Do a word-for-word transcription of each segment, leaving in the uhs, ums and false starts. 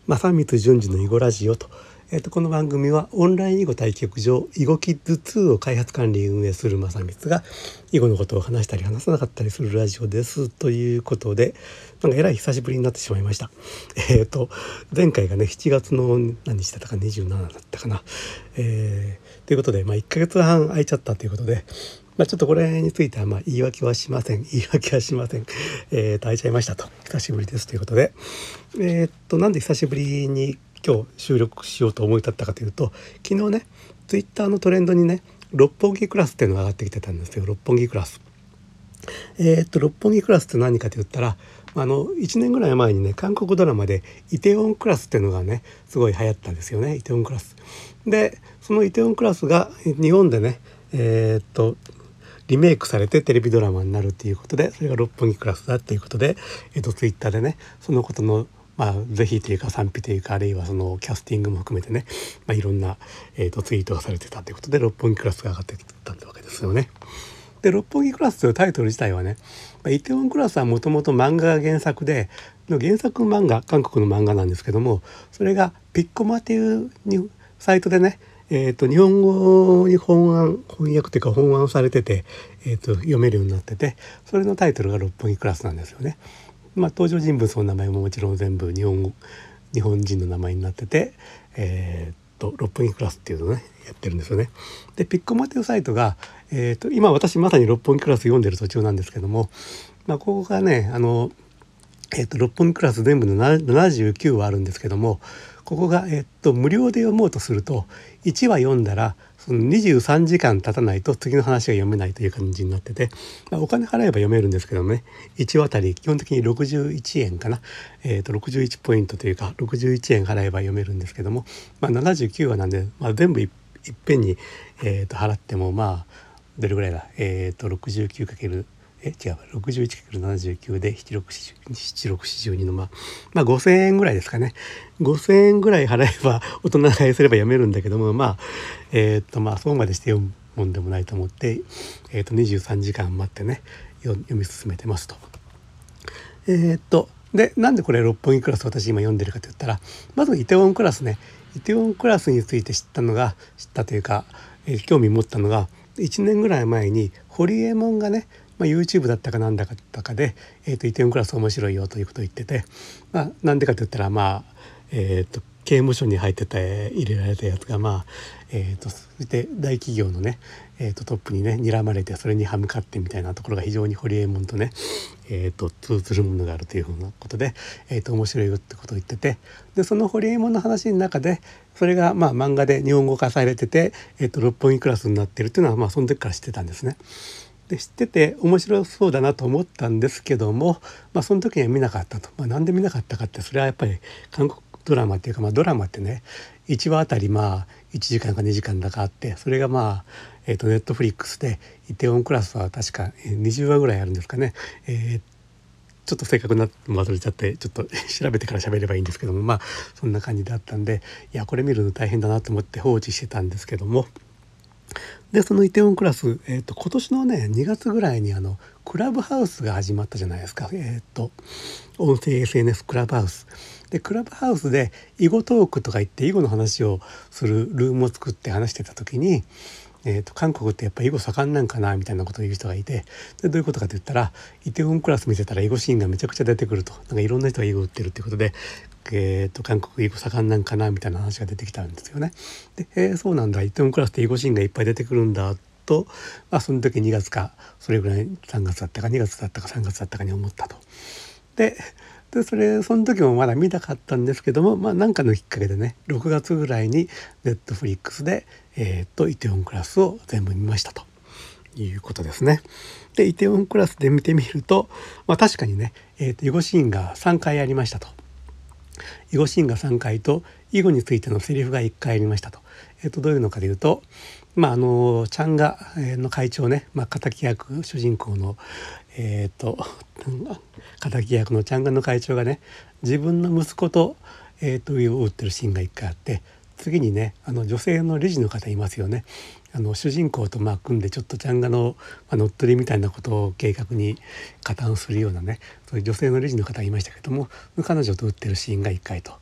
正光順次の囲碁ラジオと、えー、とこの番組はオンライン囲碁対局場囲碁キッズツーを開発管理運営する正光が囲碁のことを話したり話さなかったりするラジオですということで、なんかえらい久しぶりになってしまいました。えっ、ー、と前回がねしちがつの何日だったかにじゅうしちだったかな、えー、ということで、まあ、いっかげつはん空いちゃったということで、まあ、ちょっとこれについてはまあ言い訳はしません言い訳はしませんえーと空いちゃいましたと、久しぶりですということで、えー、っとなんで久しぶりに今日収録しようと思い立ったかというと、昨日ねツイッターのトレンドにね六本木クラスっていうのが上がってきてたんですよ。六本木クラス、えー、っと六本木クラスって何かと言ったら、あのいちねんぐらい前にね韓国ドラマでイテウォンクラスっていうのがねすごい流行ったんですよね。イテウォンクラスで、そのイテウォンクラスが日本でねえー、っとリメイクされてテレビドラマになるということで、それが六本木クラスだということで、えー、とツイッターでねそのことのまあ是非というか賛否というか、あるいはそのキャスティングも含めてね、まあ、いろんな、えー、とツイートがされてたということで六本木クラスが上がってきたわけですよね。で六本木クラスというタイトル自体はね、まあ、イテウォンクラスはもともと漫画が原作での原作漫画韓国の漫画なんですけども、それがピッコマというサイトでねえー、と日本語に本案翻訳というか本案されてて、えー、と読めるようになってて、それのタイトルが六本木クラスなんですよね。まあ、登場人物の名前ももちろん全部日本語日本人の名前になってて、えー、と六本木クラスっていうのをねやってるんですよね。でピッコマというサイトが、えー、と今私まさに六本木クラス読んでる途中なんですけども、まあ、ここがねあのえー、と六本木クラス全部のななじゅうきゅうはあるんですけども、ここが、えー、と無料で読もうとするといちわ読んだらそのにじゅうさんじかん経たないと次の話が読めないという感じになってて、まあ、お金払えば読めるんですけどね、いちわあたり基本的にろくじゅういちえんかな、えー、とろくじゅういちポイントというかろくじゅういちえん払えば読めるんですけども、まあ、ななじゅうきゅうわなんで、まあ、全部い い, いっぺんに、えー、と払ってもまあどれぐらいだ、えー、と ろくじゅうきゅうかけるえ違う ろくじゅういちかけるななじゅうきゅう でななろくよんじゅうにのまあ、まあごせんえんぐらいですかね。ごせんえんぐらい払えば大人買いすれば読めるんだけども、まあえっ、とまあそうまでして読むもんでもないと思って、えっ、とにじゅうさんじかん待ってね読み進めてますと。えっ、とでなんでこれ六本木クラス私今読んでるかと言ったら、まずイテウォンクラスねイテウォンクラスについて知ったのが知ったというか、えー、興味持ったのがいちねんぐらい前にホリエモンがねまあ、YouTube だったかなんだかったかで、えー、とイテウォンクラス面白いよということを言ってて、まあ、なんでかと言ったらまあ、えー、と刑務所に入ってた入れられたやつがまあ、えー、とそして大企業のね、えー、とトップにね睨まれてそれに歯向かってみたいなところが非常にホリエモンとね、えー、と通ずるものがあるというふうなことで、えー、と面白いよってことを言ってて、でそのホリエモンの話の中でそれがまあ漫画で日本語化されてて、えー、と六本木クラスになってるっていうのはまあその時から知ってたんですね。で知ってて面白そうだなと思ったんですけども、まあ、その時には見なかったと、まあ、なんで見なかったかって、それはやっぱり韓国ドラマっていうか、まあ、ドラマってねいちわあたりまあいちじかんかにじかんだかあって、それがまあ、えー、とネットフリックスでイテウォンクラスは確かにじゅうわぐらいあるんですかね。えーちょっと正確な忘れちゃってちょっと調べてから喋ればいいんですけども、まあそんな感じだったんで、いやこれ見るの大変だなと思って放置してたんですけども、でそのイテウォンクラス、えー、と今年のねにがつぐらいにあのクラブハウスが始まったじゃないですか。えっ、と音声 エスエヌエス クラブハウスで、クラブハウスで囲碁トークとか言って囲碁の話をするルームを作って話してた時に、えー、と韓国ってやっぱ囲碁盛んなんかなみたいなことを言う人がいて、でどういうことかと言ったら、イテウォンクラス見てたら囲碁シーンがめちゃくちゃ出てくると、なんかいろんな人が囲碁打ってるっていうことで、えー、と韓国囲碁盛んなんかなみたいな話が出てきたんですよね。で、えー、そうなんだ、イテウォンクラスって囲碁シーンがいっぱい出てくるんだと、まあ、その時にがつかそれぐらいさんがつだったかにがつだったかさんがつだったかに思ったと。ででそれその時もまだ見たかったんですけども、まあ何かのきっかけでねろくがつぐらいにネットフリックスで、えー、とイテウォンクラスを全部見ましたということですね。でイテウォンクラスで見てみると、まあ、確かにね、えー、と囲碁シーンがさんかいありましたと。囲碁シーンがさんかいと囲碁についてのセリフがいっかいありましたと。えー、とどういうのかというと、まああのチャンガの会長ね、まあ、敵役主人公のえー、と敵役のチャンガの会長がね自分の息子と、えー、と囲碁を打ってるシーンがいっかいあって、次にねあの女性の理事の方いますよね。あの主人公とまあ組んでちょっとチャンガの、まあ、乗っ取りみたいなことを計画に加担するようなね、そういう女性の理事の方がいましたけども、彼女と打ってるシーンがいっかいと。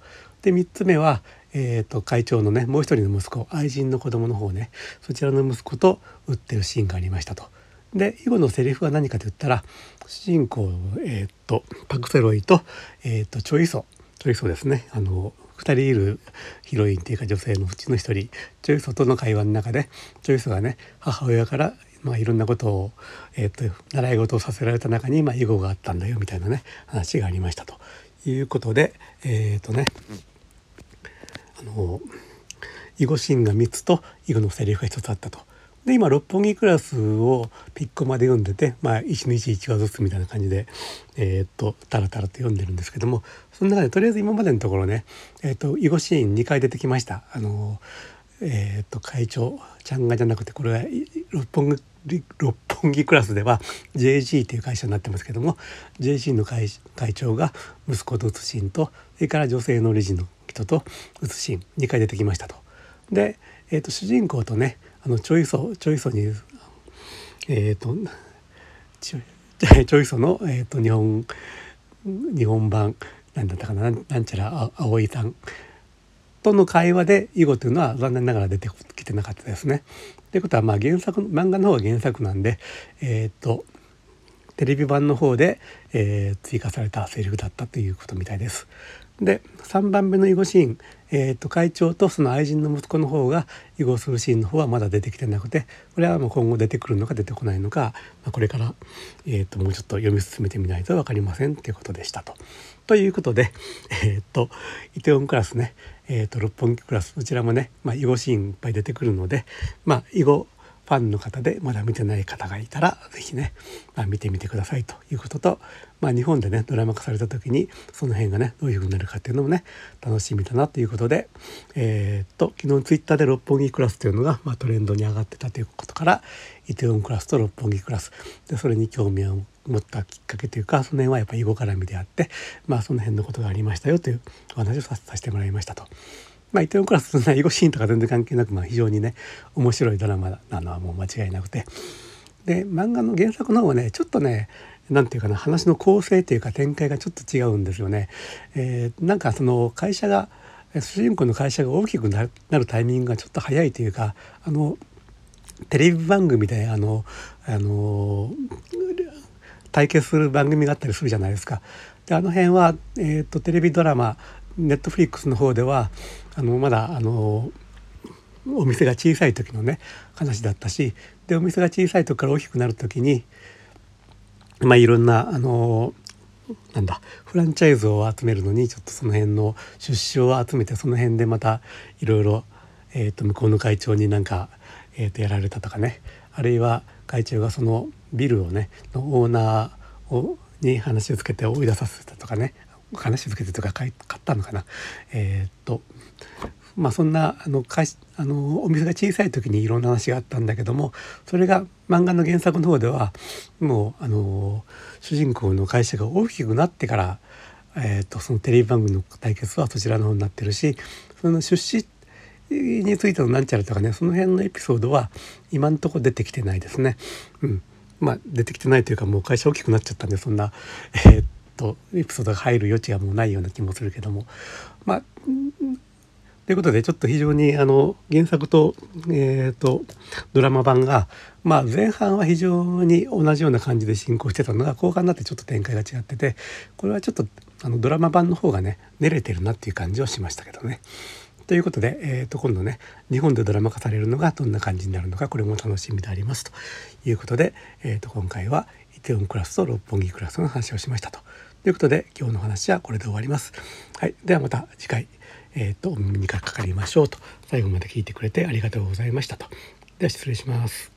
でみっつめは、えー、と会長のねもう一人の息子、愛人の子供の方ね、そちらの息子と打ってるシーンがありましたと。で以後のセリフは何かと言ったら、主人公、えー、とパク・セロイと,、えー、とチョイソチョイソですね、あのふたりいるヒロインっていうか女性のうちのひとり、チョイソとの会話の中で、チョイソがね母親からまあいろんなことを、えー、と習い事をさせられた中に、まあ、囲碁があったんだよみたいなね話がありましたということで、えっ、とねあの囲碁シーンがみっつと囲碁のセリフがひとつあったと。で今六本木クラスをピッコまで読んでて、まあ一日一話ずつみたいな感じでえー、っとタラタラと読んでるんですけども、その中でとりあえず今までのところね、えー、っと囲碁シーンにかい出てきました。あのえー、っと会長ちゃんがじゃなくて、これは六本木六本木クラスでは ジェージー という会社になってますけども、 ジェージー の 会, 会長が息子と打つシーンと、それから女性の理事の人と打つシーンにかい出てきましたと。で、えー、と主人公とねあのチョイソチョイソにえっ、ー、とチョチョイソの、えー、と日本日本版なんだったかな、なんちゃら葵さんとの会話で囲碁というのは残念ながら出てきてなかったですね。ということは、まあ原作漫画の方が原作なんで、えっ、ー、とテレビ版の方で、えー、追加されたセリフだったということみたいです。でさんばんめの囲碁シーン、えー、と会長とその愛人の息子の方が囲碁するシーンの方はまだ出てきてなくて、これはもう今後出てくるのか出てこないのか、まあ、これから、えー、ともうちょっと読み進めてみないと分かりませんということでしたと。ということで、えー、とイテウォンクラスね、えー、と六本木クラス、こちらもね、まあ、囲碁シーンいっぱい出てくるので、まあ、囲碁ファンの方でまだ見てない方がいたらぜひね、まあ、見てみてくださいということと、まあ、日本でねドラマ化された時にその辺がねどういう風になるかっていうのもね楽しみだなということで、えー、っと昨日ツイッターで六本木クラスというのが、まあ、トレンドに上がってたということから、イテウォンクラスと六本木クラスで、それに興味を持ったきっかけというか、その辺はやっぱり囲碁絡みであって、まあその辺のことがありましたよというお話をさせてもらいましたと。まあ、イテウォンクラスの囲碁シーンとか全然関係なく、まあ、非常にね面白いドラマなのはもう間違いなくて、で漫画の原作の方はねちょっとねなんていうかな、話の構成というか展開がちょっと違うんですよね。えー、なんかその会社が主人公の会社が大きくなる、なるタイミングがちょっと早いというか、あのテレビ番組であのあの対決する番組があったりするじゃないですか。であの辺は、えー、とテレビドラマネットフリックスの方ではあのまだあのお店が小さい時のね話だったし、でお店が小さい時から大きくなる時に、まあいろんなあのなんだフランチャイズを集めるのにちょっとその辺の出資を集めて、その辺でまたいろいろえと向こうの会長になんか、えー、とやられたとかね、あるいは会長がそのビルをねのオーナーをに話をつけて追い出させたとかね、話をつけてとか買ったのかな、えー、っとまあそんなあの会あのお店が小さい時にいろんな話があったんだけども、それが漫画の原作の方ではもうあの主人公の会社が大きくなってから、えー、っとそのテレビ番組の対決はそちらの方になってるし、その出資についてのなんちゃらとかね、その辺のエピソードは今のところ出てきてないですね。うん、まあ出てきてないというか、もう会社大きくなっちゃったんで、そんなえー、っとエピソードが入る余地がもうないような気もするけども、まあということでちょっと非常にあの原作と、えー、とドラマ版が、まあ、前半は非常に同じような感じで進行してたのが後半になってちょっと展開が違ってて、これはちょっとあのドラマ版の方がね練れてるなっていう感じはしましたけどね。ということで、えー、と今度ね日本でドラマ化されるのがどんな感じになるのか、これも楽しみでありますということで、えー、と今回はイテウォンクラスと六本木クラスの話をしましたということで、今日の話はこれで終わります。はい、ではまた次回、えー、とお耳にかかりましょうと。最後まで聞いてくれてありがとうございましたと。では失礼します。